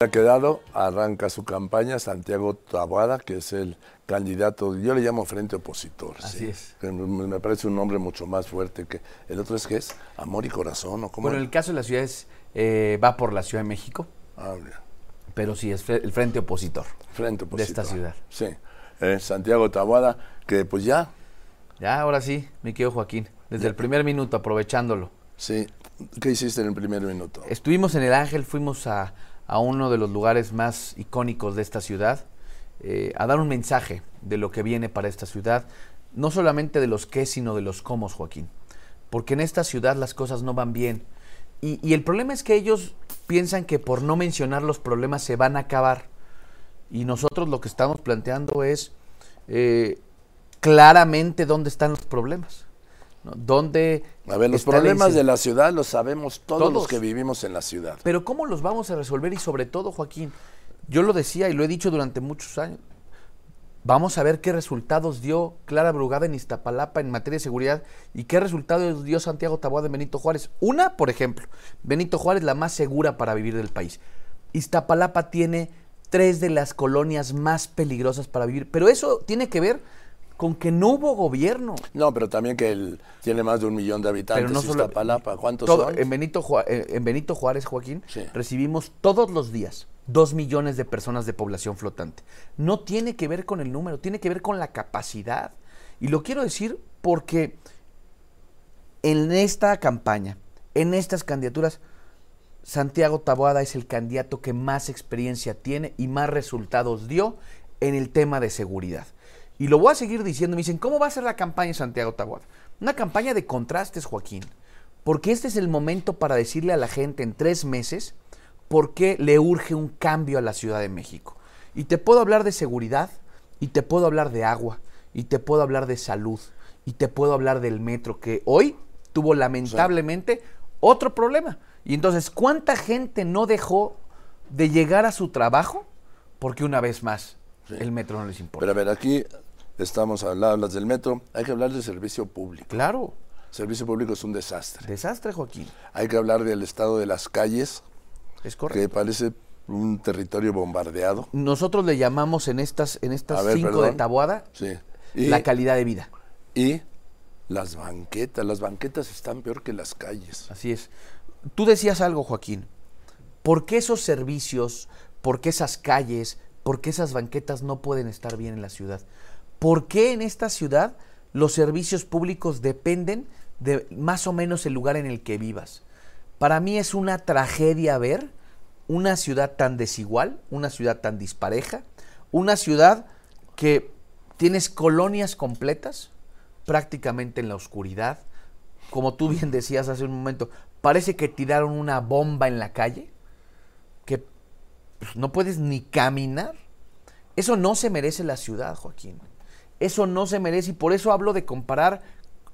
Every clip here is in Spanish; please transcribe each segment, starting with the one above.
Ha quedado, arranca su campaña Santiago Taboada, que es el candidato, yo le llamo frente opositor. Así ¿sí? es. Me parece un nombre mucho más fuerte que el otro. ¿Es que es? Amor y Corazón, ¿o cómo? Bueno, en el caso de la ciudad va por la Ciudad de México, Bien. pero sí es el frente opositor, Frente opositor de esta ciudad. Sí, Santiago Taboada, que pues ya. Ya, ahora sí, mi querido Joaquín, desde el primer minuto, aprovechándolo. Sí, ¿qué hiciste en el primer minuto? Estuvimos en el Ángel, fuimos a uno de los lugares más icónicos de esta ciudad, a dar un mensaje de lo que viene para esta ciudad, no solamente de los qué, sino de los cómo, Joaquín. Porque en esta ciudad las cosas no van bien. Y el problema es que ellos piensan que por no mencionar los problemas se van a acabar. Y nosotros lo que estamos planteando es claramente dónde están los problemas, ¿no? ¿Dónde A ver, los problemas de la ciudad los sabemos todos los que vivimos en la ciudad. Pero ¿cómo los vamos a resolver? Y sobre todo, Joaquín, yo lo decía y lo he dicho durante muchos años, vamos a ver qué resultados dio Clara Brugada en Iztapalapa en materia de seguridad y qué resultados dio Santiago Taboada en Benito Juárez. Una, por ejemplo, Benito Juárez, la más segura para vivir del país. Iztapalapa tiene 3 de las colonias más peligrosas para vivir, pero eso tiene que ver con que no hubo gobierno. No, pero también que él tiene más de 1 millón de habitantes. Pero no solo, Iztapalapa, ¿cuántos son? En Benito Juárez, Joaquín, sí, recibimos todos los días 2 millones de personas de población flotante. No tiene que ver con el número, tiene que ver con la capacidad. Y lo quiero decir porque en esta campaña, en estas candidaturas, Santiago Taboada es el candidato que más experiencia tiene y más resultados dio en el tema de seguridad. Y lo voy a seguir diciendo. Me dicen, ¿cómo va a ser la campaña de Santiago Taboada? Una campaña de contrastes, Joaquín. Porque este es el momento para decirle a la gente en 3 meses por qué le urge un cambio a la Ciudad de México. Y te puedo hablar de seguridad, y te puedo hablar de agua, y te puedo hablar de salud, y te puedo hablar del metro, que hoy tuvo lamentablemente otro problema. Y entonces, ¿cuánta gente no dejó de llegar a su trabajo? Porque una vez más, el metro no les importa. Pero a ver, aquí estamos hablando del metro, hay que hablar del servicio público. Claro. El servicio público es un desastre. Desastre, Joaquín. Hay que hablar del estado de las calles. Es correcto. Que parece un territorio bombardeado. Nosotros le llamamos en estas 5 de Taboada, sí, la calidad de vida. Y las banquetas están peor que las calles. Así es. Tú decías algo, Joaquín. ¿Por qué esos servicios, por qué esas calles, por qué esas banquetas no pueden estar bien en la ciudad? ¿Por qué en esta ciudad los servicios públicos dependen de más o menos el lugar en el que vivas? Para mí es una tragedia ver una ciudad tan desigual, una ciudad tan dispareja, una ciudad que tienes colonias completas prácticamente en la oscuridad. Como tú bien decías hace un momento, parece que tiraron una bomba en la calle, que pues, no puedes ni caminar. Eso no se merece la ciudad, Joaquín. Eso no se merece, y por eso hablo de comparar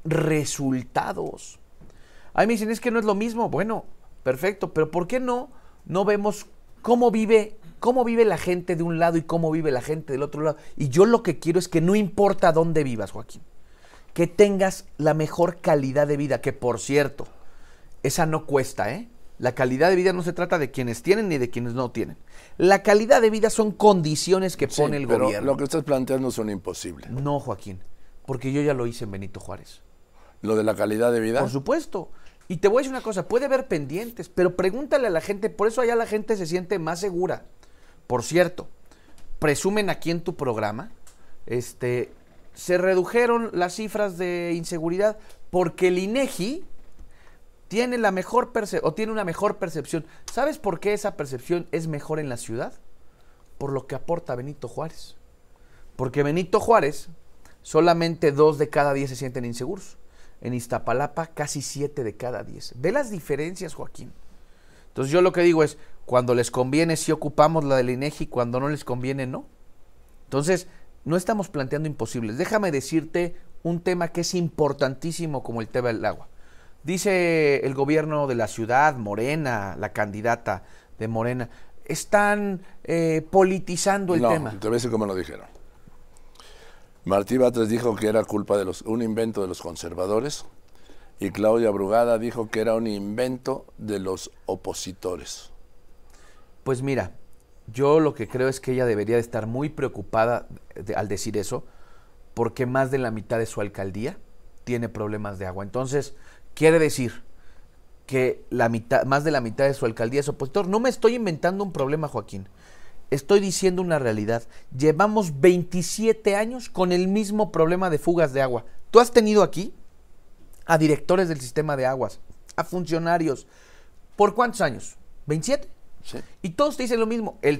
resultados. A mí me dicen, es que no es lo mismo. Bueno, perfecto, pero ¿por qué no vemos cómo vive la gente de un lado y cómo vive la gente del otro lado? Y yo lo que quiero es que no importa dónde vivas, Joaquín, que tengas la mejor calidad de vida, que por cierto, esa no cuesta, ¿eh? La calidad de vida no se trata de quienes tienen ni de quienes no tienen. La calidad de vida son condiciones que pone el gobierno. Lo que estás planteando son imposibles. No, Joaquín, porque yo ya lo hice en Benito Juárez. ¿Lo de la calidad de vida? Por supuesto. Y te voy a decir una cosa, puede haber pendientes, pero pregúntale a la gente, por eso allá la gente se siente más segura. Por cierto, presumen aquí en tu programa, se redujeron las cifras de inseguridad porque el INEGI tiene una mejor percepción. ¿Sabes por qué esa percepción es mejor en la ciudad? Por lo que aporta Benito Juárez. Porque Benito Juárez, solamente 2 de cada 10 se sienten inseguros. En Iztapalapa, casi 7 de cada 10. Ve las diferencias, Joaquín. Entonces yo lo que digo es, cuando les conviene sí ocupamos la del INEGI, cuando no les conviene no. Entonces, no estamos planteando imposibles. Déjame decirte un tema que es importantísimo como el tema del agua. Dice el gobierno de la ciudad, Morena, la candidata de Morena, están politizando el tema. No, te voy a decir cómo lo dijeron. Martí Batres dijo que era culpa de un invento de los conservadores, y Claudia Brugada dijo que era un invento de los opositores. Pues mira, Yo lo que creo es que ella debería de estar muy preocupada al decir eso, porque más de la mitad de su alcaldía tiene problemas de agua. Entonces, quiere decir que más de la mitad de su alcaldía es opositor. No me estoy inventando un problema, Joaquín. Estoy diciendo una realidad. Llevamos 27 años con el mismo problema de fugas de agua. Tú has tenido aquí a directores del sistema de aguas, a funcionarios. ¿Por cuántos años? ¿27? Sí. Y todos te dicen lo mismo. El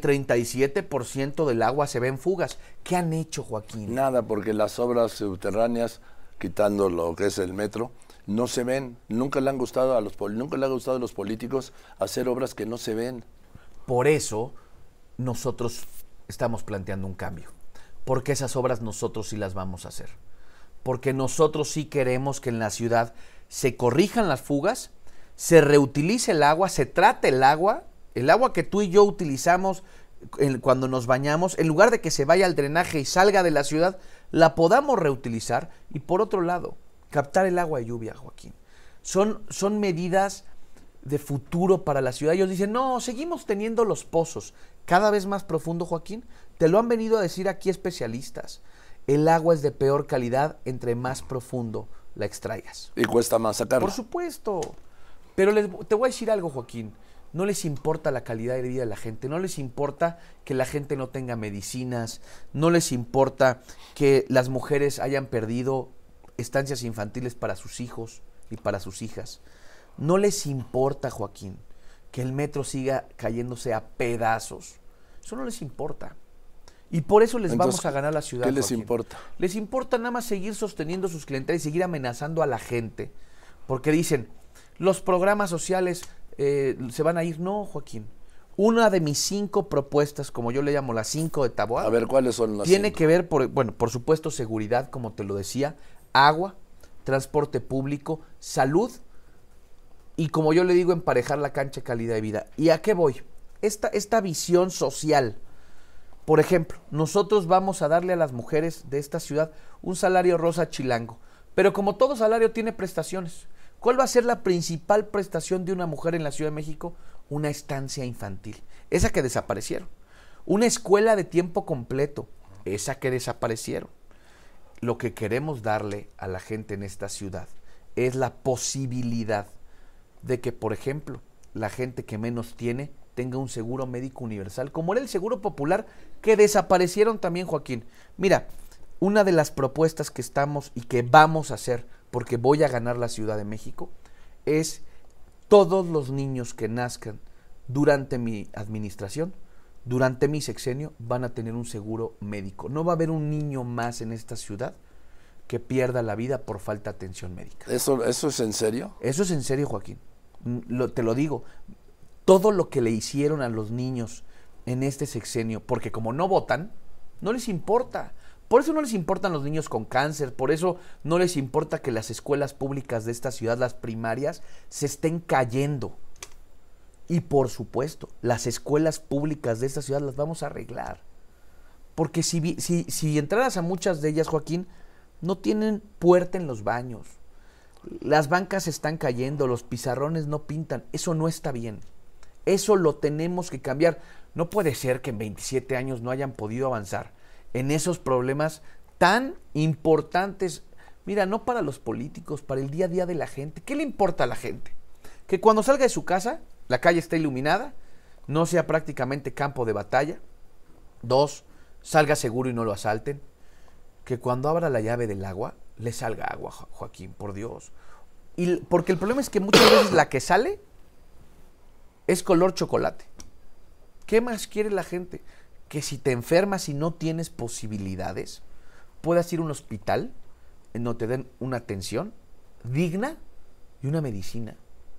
37% del agua se ve en fugas. ¿Qué han hecho, Joaquín? Nada, porque las obras subterráneas, quitando lo que es el metro, no se ven. Nunca le han gustado a los políticos hacer obras que no se ven. Por eso nosotros estamos planteando un cambio. Porque esas obras nosotros sí las vamos a hacer. Porque nosotros sí queremos que en la ciudad se corrijan las fugas, se reutilice el agua, se trate el agua que tú y yo utilizamos cuando nos bañamos, en lugar de que se vaya al drenaje y salga de la ciudad, la podamos reutilizar. Y por otro lado, captar el agua de lluvia, Joaquín. Son medidas de futuro para la ciudad. Ellos dicen, no, seguimos teniendo los pozos cada vez más profundo, Joaquín. Te lo han venido a decir aquí especialistas. El agua es de peor calidad entre más profundo la extraigas. Y cuesta más sacarla. Por supuesto. Pero te voy a decir algo, Joaquín. No les importa la calidad de vida de la gente, no les importa que la gente no tenga medicinas, no les importa que las mujeres hayan perdido estancias infantiles para sus hijos y para sus hijas. No les importa, Joaquín, que el metro siga cayéndose a pedazos. Eso no les importa. Y por eso les vamos a ganar la ciudad, ¿qué les Joaquín. importa? Les importa nada más seguir sosteniendo sus clientelas y seguir amenazando a la gente. Porque dicen, los programas sociales se van a ir. No, Joaquín. Una de mis 5 propuestas, como yo le llamo las 5 de Taboada. A ver, ¿cuáles son las Tiene 5? que ver, por supuesto, seguridad, como te lo decía, agua, transporte público, salud y, como yo le digo, emparejar la cancha de calidad de vida. ¿Y a qué voy? Esta visión social. Por ejemplo, nosotros vamos a darle a las mujeres de esta ciudad un salario rosa chilango. Pero como todo salario tiene prestaciones. ¿Cuál va a ser la principal prestación de una mujer en la Ciudad de México? Una estancia infantil. Esa que desaparecieron. Una escuela de tiempo completo. Esa que desaparecieron. Lo que queremos darle a la gente en esta ciudad es la posibilidad de que, por ejemplo, la gente que menos tiene tenga un seguro médico universal, como era el seguro popular, que desaparecieron también, Joaquín. Mira, una de las propuestas que estamos y que vamos a hacer, porque voy a ganar la Ciudad de México, es todos los niños que nazcan durante mi administración, durante mi sexenio, van a tener un seguro médico. No va a haber un niño más en esta ciudad que pierda la vida por falta de atención médica. ¿Eso es en serio? Eso es en serio, Joaquín. Te lo digo. Todo lo que le hicieron a los niños en este sexenio, porque como no votan, no les importa. Por eso no les importan los niños con cáncer, por eso no les importa que las escuelas públicas de esta ciudad, las primarias, se estén cayendo. Y por supuesto, las escuelas públicas de esta ciudad las vamos a arreglar. Porque si entraras a muchas de ellas, Joaquín, no tienen puerta en los baños. Las bancas se están cayendo, los pizarrones no pintan. Eso no está bien. Eso lo tenemos que cambiar. No puede ser que en 27 años no hayan podido avanzar en esos problemas tan importantes. Mira, no para los políticos, para el día a día de la gente. ¿Qué le importa a la gente? Que cuando salga de su casa, la calle esté iluminada, no sea prácticamente campo de batalla. 2, salga seguro y no lo asalten. Que cuando abra la llave del agua, le salga agua, Joaquín, por Dios. Porque el problema es que muchas veces la que sale es color chocolate. ¿Qué más quiere la gente? Que si te enfermas y no tienes posibilidades, puedas ir a un hospital en donde te den una atención digna y una medicina.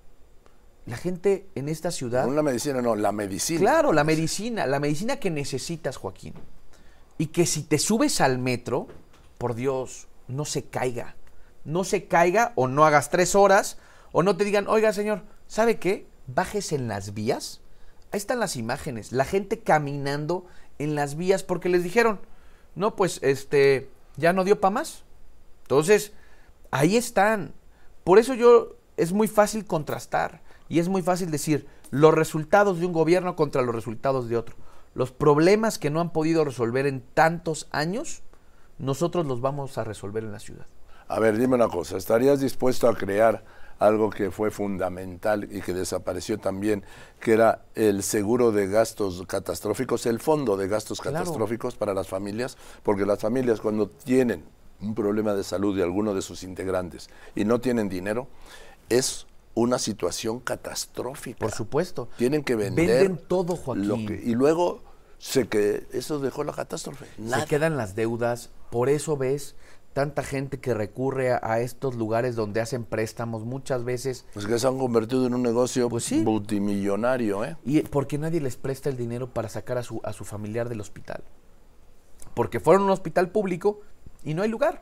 La gente en esta ciudad... Una medicina, no, la medicina. Claro, la medicina que necesitas, Joaquín. Y que si te subes al metro, por Dios, no se caiga. No se caiga o no hagas 3 horas o no te digan, oiga señor, ¿sabe qué? Bajes en las vías. Ahí están las imágenes, la gente caminando en las vías porque les dijeron, no, pues ya no dio para más. Entonces, ahí están. Por eso es muy fácil contrastar y es muy fácil decir los resultados de un gobierno contra los resultados de otro. Los problemas que no han podido resolver en tantos años, nosotros los vamos a resolver en la ciudad. A ver, dime una cosa, ¿estarías dispuesto a crear algo que fue fundamental y que desapareció también, que era el seguro de gastos catastróficos, el fondo de gastos catastróficos para las familias? Porque las familias, cuando tienen un problema de salud de alguno de sus integrantes y no tienen dinero, es una situación catastrófica. Por supuesto. Tienen que vender. Venden todo, Joaquín. Y luego eso dejó la catástrofe. Nada. Se quedan las deudas, por eso ves tanta gente que recurre a estos lugares donde hacen préstamos muchas veces. Pues que se han convertido en un negocio pues sí, multimillonario, ¿eh? Y porque nadie les presta el dinero para sacar a su familiar del hospital. Porque fueron a un hospital público y no hay lugar.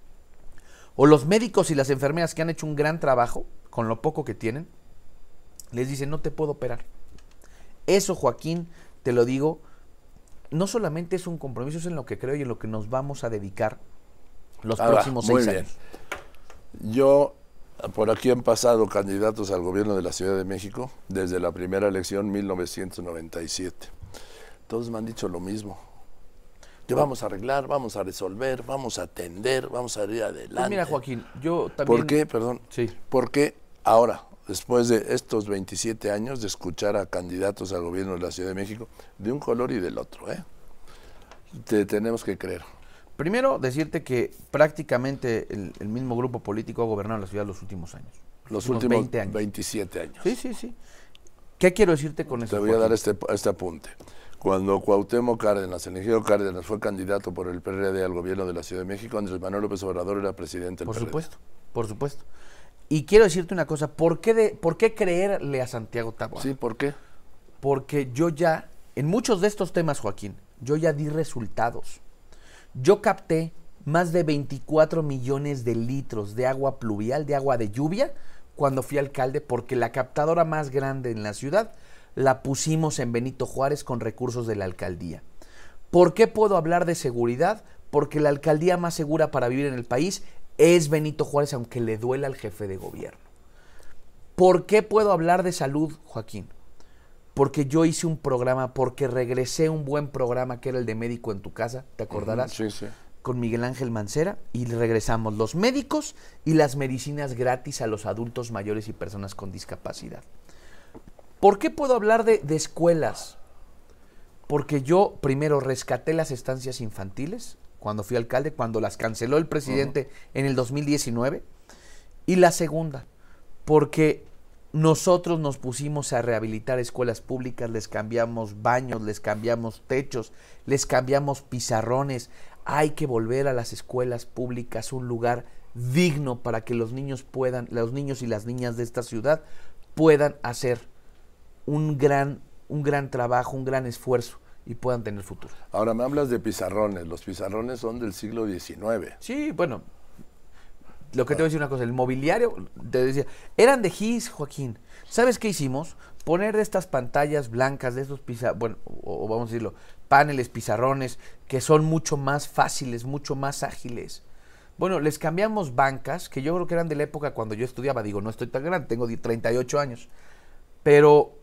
O los médicos y las enfermeras que han hecho un gran trabajo, con lo poco que tienen, les dicen, no te puedo operar. Eso, Joaquín, te lo digo, no solamente es un compromiso, es en lo que creo y en lo que nos vamos a dedicar los próximos 6 años. Yo, por aquí han pasado candidatos al gobierno de la Ciudad de México desde la primera elección 1997. Todos me han dicho lo mismo. Que vamos a arreglar, vamos a resolver, vamos a atender, vamos a ir adelante. Pues mira, Joaquín, yo también... ¿Por qué? Perdón. Sí. Porque ahora, después de estos 27 años de escuchar a candidatos al gobierno de la Ciudad de México, de un color y del otro, te tenemos que creer. Primero, decirte que prácticamente el mismo grupo político ha gobernado la ciudad los últimos años. Los últimos 20 años. 27 años. Sí, sí, sí. ¿Qué quiero decirte con eso? Te voy a dar este apunte. Cuando Cuauhtémoc Cárdenas, el ingeniero Cárdenas, fue candidato por el PRD al gobierno de la Ciudad de México, Andrés Manuel López Obrador era presidente del PRD. Por supuesto. Y quiero decirte una cosa, ¿por qué creerle a Santiago Taboada? Sí, ¿por qué? Porque yo ya, en muchos de estos temas, Joaquín, yo ya di resultados. Yo capté más de 24 millones de litros de agua pluvial, de agua de lluvia, cuando fui alcalde, porque la captadora más grande en la ciudad la pusimos en Benito Juárez con recursos de la alcaldía. ¿Por qué puedo hablar de seguridad? Porque la alcaldía más segura para vivir en el país es Benito Juárez, aunque le duela al jefe de gobierno. ¿Por qué puedo hablar de salud, Joaquín? Porque yo hice un programa, porque regresé un buen programa que era el de Médico en tu Casa, ¿te acordarás? Sí, sí. Con Miguel Ángel Mancera, y regresamos los médicos y las medicinas gratis a los adultos mayores y personas con discapacidad. ¿Por qué puedo hablar de escuelas? Porque yo primero rescaté las estancias infantiles cuando fui alcalde, cuando las canceló el presidente en el 2019. Y la segunda, porque nosotros nos pusimos a rehabilitar escuelas públicas, les cambiamos baños, les cambiamos techos, les cambiamos pizarrones. Hay que volver a las escuelas públicas un lugar digno para que los niños y las niñas de esta ciudad puedan hacer un gran trabajo, un gran esfuerzo y puedan tener futuro. Ahora me hablas de pizarrones. Los pizarrones son del siglo XIX. Sí, bueno, lo que te voy a decir una cosa, el mobiliario, te decía, eran de gis, Joaquín. ¿Sabes qué hicimos? Poner de estas pantallas blancas, de estos o vamos a decirlo, paneles, pizarrones, que son mucho más fáciles, mucho más ágiles. Bueno, les cambiamos bancas, que yo creo que eran de la época cuando yo estudiaba, digo, no estoy tan grande, tengo 38 años, pero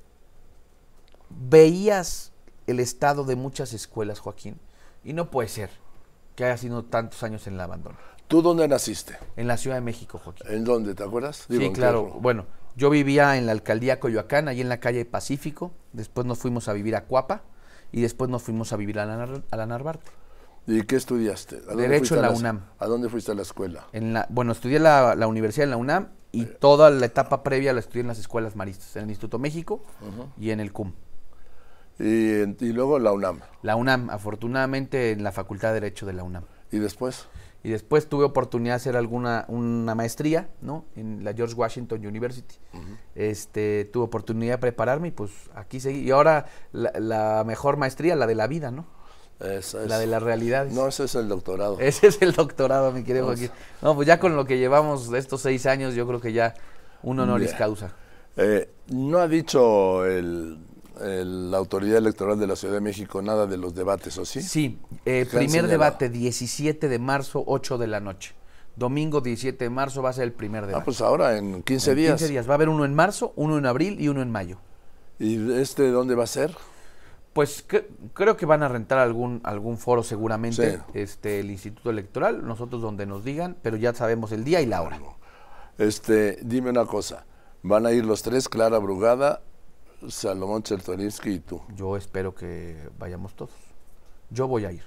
veías el estado de muchas escuelas, Joaquín, y no puede ser que haya sido tantos años en el abandono. ¿Tú dónde naciste? En la Ciudad de México, Joaquín. ¿En dónde? ¿Te acuerdas? Sí, claro. Bueno, yo vivía en la alcaldía Coyoacán, ahí en la calle Pacífico. Después nos fuimos a vivir a Cuapa y después nos fuimos a vivir a la Narvarte. ¿Y qué estudiaste? Derecho en la UNAM. ¿A dónde fuiste a la escuela? Bueno, estudié la universidad en la UNAM y toda la etapa previa la estudié en las escuelas maristas, en el Instituto México y en el CUM. Y luego la UNAM. La UNAM, afortunadamente en la Facultad de Derecho de la UNAM. ¿Y después? Y después tuve oportunidad de hacer una maestría, ¿no? En la George Washington University. Tuve oportunidad de prepararme y pues aquí seguí. Y ahora la mejor maestría, la de la vida, ¿no? La de las realidades. No, ese es el doctorado. Ese es el doctorado, mi querido Joaquín. No, pues ya con lo que llevamos de estos 6 años, yo creo que ya un honoris causa. ¿No ha dicho la autoridad electoral de la Ciudad de México nada de los debates, o sí? Sí, primer debate, 17 de marzo, 8 de la noche. Domingo 17 de marzo va a ser el primer debate. Pues ahora en 15 días. 15 días. Va a haber uno en marzo, uno en abril y uno en mayo. ¿Y dónde va a ser? Pues creo que van a rentar algún foro seguramente, Sí. el Instituto Electoral, nosotros donde nos digan, pero ya sabemos el día y la hora. Dime una cosa, ¿van a ir los tres, Clara Brugada, Salomón Chertorivsky y tú? Yo espero que vayamos todos. Yo voy a ir.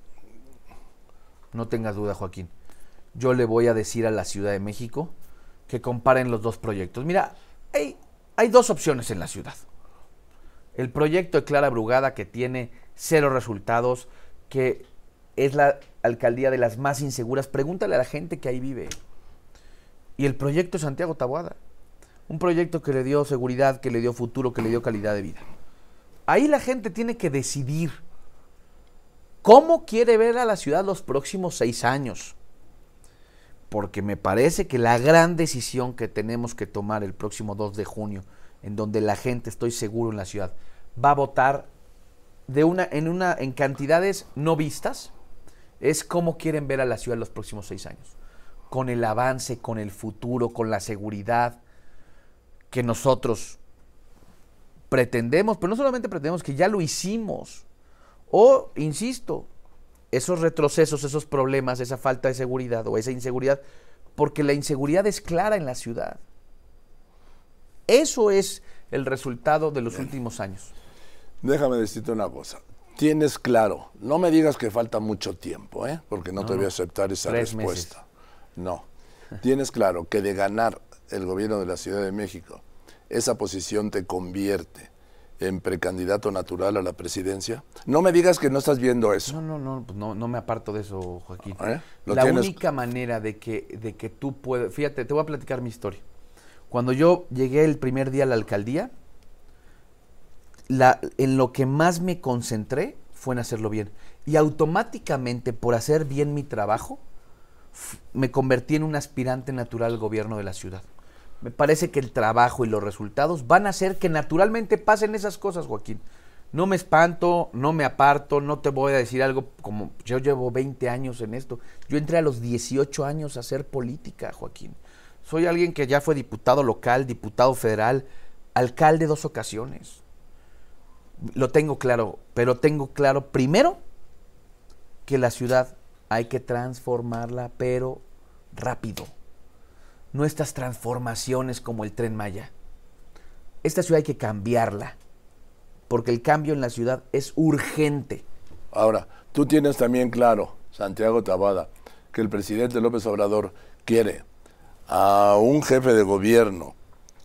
No tengas duda, Joaquín. Yo le voy a decir a la Ciudad de México que comparen los dos proyectos. Mira, hay dos opciones en la ciudad. El proyecto de Clara Brugada, que tiene 0 resultados, que es la alcaldía de las más inseguras. Pregúntale a la gente que ahí vive. Y el proyecto de Santiago Taboada. Un proyecto que le dio seguridad, que le dio futuro, que le dio calidad de vida. Ahí la gente tiene que decidir cómo quiere ver a la ciudad los próximos 6 años. Porque me parece que la gran decisión que tenemos que tomar el próximo 2 de junio, en donde la gente, estoy seguro en la ciudad, va a votar en cantidades no vistas, es cómo quieren ver a la ciudad los próximos 6 años. Con el avance, con el futuro, con la seguridad que nosotros pretendemos, pero no solamente pretendemos, que ya lo hicimos. O, insisto, esos retrocesos, esos problemas, esa falta de seguridad o esa inseguridad, porque la inseguridad es clara en la ciudad. Eso es el resultado de los últimos años. Déjame decirte una cosa. Tienes claro, no me digas que falta mucho tiempo, porque no te voy a aceptar esa 3 respuesta. meses. No. Tienes claro que de ganar el gobierno de la Ciudad de México, esa posición te convierte en precandidato natural a la presidencia. No me digas que no estás viendo eso. No me aparto de eso, Joaquín. ¿Lo La tienes? única manera de que tú puedas... Fíjate, te voy a platicar mi historia. Cuando yo llegué el primer día a la alcaldía, en lo que más me concentré fue en hacerlo bien. Y automáticamente, por hacer bien mi trabajo, me convertí en un aspirante natural al gobierno de la ciudad. Me parece que el trabajo y los resultados van a hacer que naturalmente pasen esas cosas, Joaquín. No me espanto, no me aparto, no te voy a decir algo como yo llevo 20 años en esto. Yo entré a los 18 años a hacer política, Joaquín. Soy alguien que ya fue diputado local, diputado federal, alcalde 2 ocasiones. Lo tengo claro, pero tengo claro primero que la ciudad hay que transformarla, pero rápido. No estas transformaciones como el Tren Maya. Esta ciudad hay que cambiarla, porque el cambio en la ciudad es urgente. Ahora, tú tienes también claro, Santiago Taboada, que el presidente López Obrador quiere a un jefe de gobierno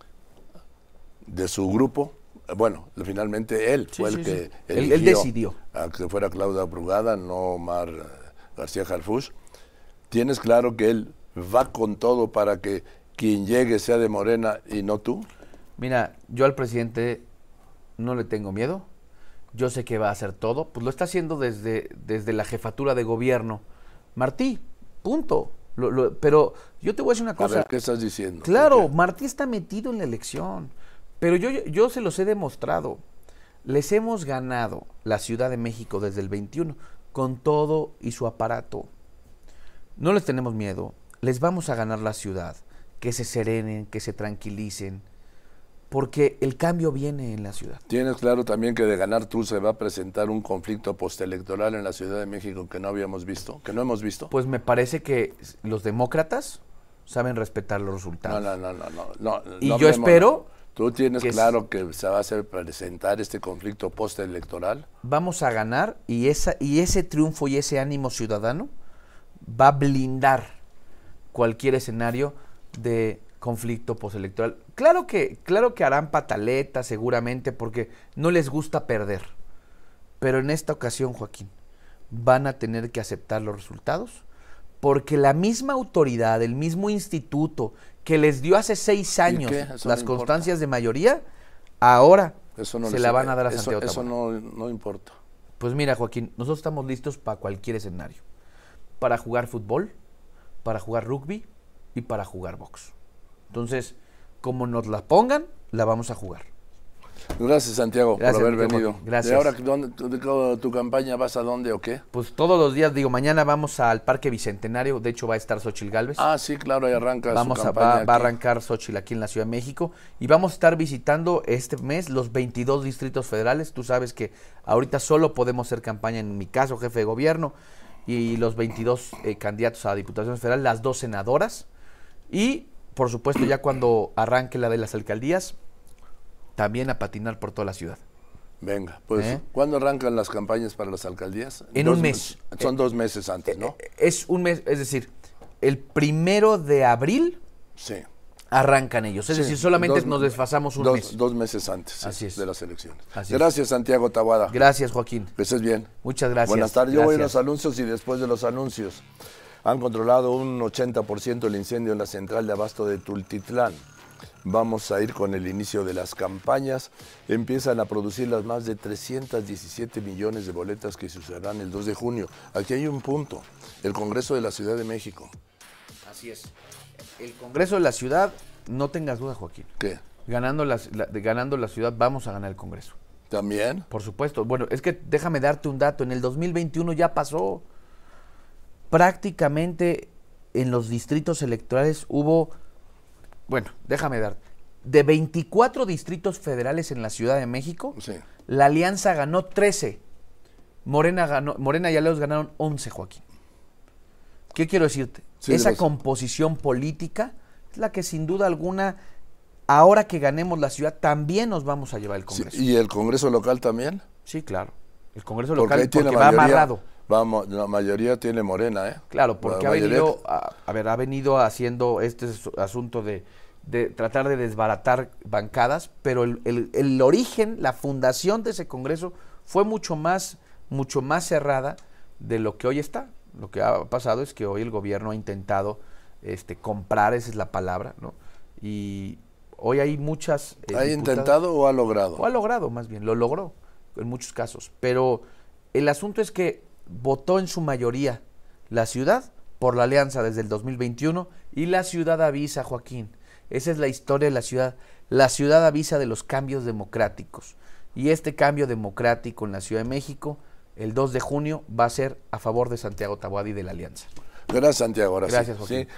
de su grupo. Bueno, finalmente él fue el que eligió él decidió a que fuera Clara Brugada, no Omar García Harfuch. ¿Tienes claro que él va con todo para que quien llegue sea de Morena y no tú? Mira, yo al presidente no le tengo miedo. Yo sé que va a hacer todo. Pues lo está haciendo desde la jefatura de gobierno. Martí, punto. Pero yo te voy a decir una cosa. A ver, ¿qué estás diciendo? Claro, Martí está metido en la elección. Pero yo se los he demostrado. Les hemos ganado la Ciudad de México desde el 21 con todo y su aparato. No les tenemos miedo. Les vamos a ganar la ciudad. Que se serenen, que se tranquilicen. Porque el cambio viene en la ciudad. ¿Tienes claro también que de ganar tú se va a presentar un conflicto postelectoral en la Ciudad de México que no habíamos visto, que no hemos visto? Pues me parece que los demócratas saben respetar los resultados. No. Y yo espero... ¿Tú tienes claro que se va a hacer presentar este conflicto postelectoral? Vamos a ganar y ese triunfo y ese ánimo ciudadano va a blindar cualquier escenario de conflicto postelectoral. Claro que harán pataletas seguramente porque no les gusta perder. Pero en esta ocasión, Joaquín, van a tener que aceptar los resultados porque la misma autoridad, el mismo instituto que les dio hace 6 años las constancias de mayoría, ahora se la van a dar a Santiago Taboada. Eso no importa. Pues mira, Joaquín, nosotros estamos listos para cualquier escenario. Para jugar fútbol, para jugar rugby y para jugar box. Entonces, como nos la pongan, la vamos a jugar. Gracias, Santiago, Gracias, por haber Miguel venido. Joaquín. Gracias. ¿Y ahora tu campaña vas a dónde o qué? Pues todos los días, digo, mañana vamos al Parque Bicentenario, de hecho va a estar Xóchitl Gálvez. Ah, sí, claro, ahí arranca Vamos su va campaña a aquí. arrancar Xóchitl aquí en la Ciudad de México y vamos a estar visitando este mes los 22 distritos federales. Tú sabes que ahorita solo podemos hacer campaña, en mi caso, jefe de gobierno, y los 22 candidatos a diputaciones federales, las 2 senadoras, y por supuesto ya cuando arranque la de las alcaldías, también a patinar por toda la ciudad. Venga, pues, ¿cuándo arrancan las campañas para las alcaldías? En un mes. Son 2 meses antes, ¿no? Es un mes, es decir, el 1 de abril Sí. arrancan ellos. Es Sí, decir, solamente nos desfasamos un mes. 2 meses antes Así es. de las elecciones. Así es. Gracias, Santiago Taboada. Gracias, Joaquín. Que estés bien. Muchas gracias. Buenas tardes. Yo voy a Gracias. los anuncios y después de los anuncios. Han controlado un 80% el incendio en la central de abasto de Tultitlán. Vamos a ir con el inicio de las campañas. Empiezan a producir las más de 317 millones de boletas que se usarán el 2 de junio. Aquí hay un punto, el Congreso de la Ciudad de México. Así es. El Congreso de la Ciudad, no tengas duda, Joaquín. ¿Qué? Ganando la ciudad, vamos a ganar el Congreso. ¿También? Por supuesto. Bueno, es que déjame darte un dato. En el 2021 ya pasó. Prácticamente en los distritos electorales hubo, bueno, déjame dar, de 24 distritos federales en la Ciudad de México, Sí. la Alianza ganó 13. Morena y Aliados ganaron 11, Joaquín. ¿Qué quiero decirte? Sí, Esa composición política es la que sin duda alguna, ahora que ganemos la ciudad, también nos vamos a llevar el Congreso. Sí, ¿y el Congreso local también? Sí, claro. El Congreso Porque ahí local tiene porque va mayoría, amarrado. la mayoría tiene Morena, ¿eh? Claro, porque La ha mayoría- venido, ha venido haciendo este asunto de tratar de desbaratar bancadas, pero el origen, la fundación de ese Congreso fue mucho más cerrada de lo que hoy está. Lo que ha pasado es que hoy el gobierno ha intentado comprar, esa es la palabra, ¿no? Y hoy hay muchas... ¿Ha intentado o ha logrado? O ha logrado, más bien, lo logró en muchos casos. Pero el asunto es que votó en su mayoría la ciudad por la alianza desde el 2021 y la ciudad avisa, Joaquín. Esa es la historia de la ciudad. La ciudad avisa de los cambios democráticos. Y este cambio democrático en la Ciudad de México, el 2 de junio, va a ser a favor de Santiago Taboada y de la alianza. Gracias, Santiago. Ahora sí. Gracias, Joaquín. Sí.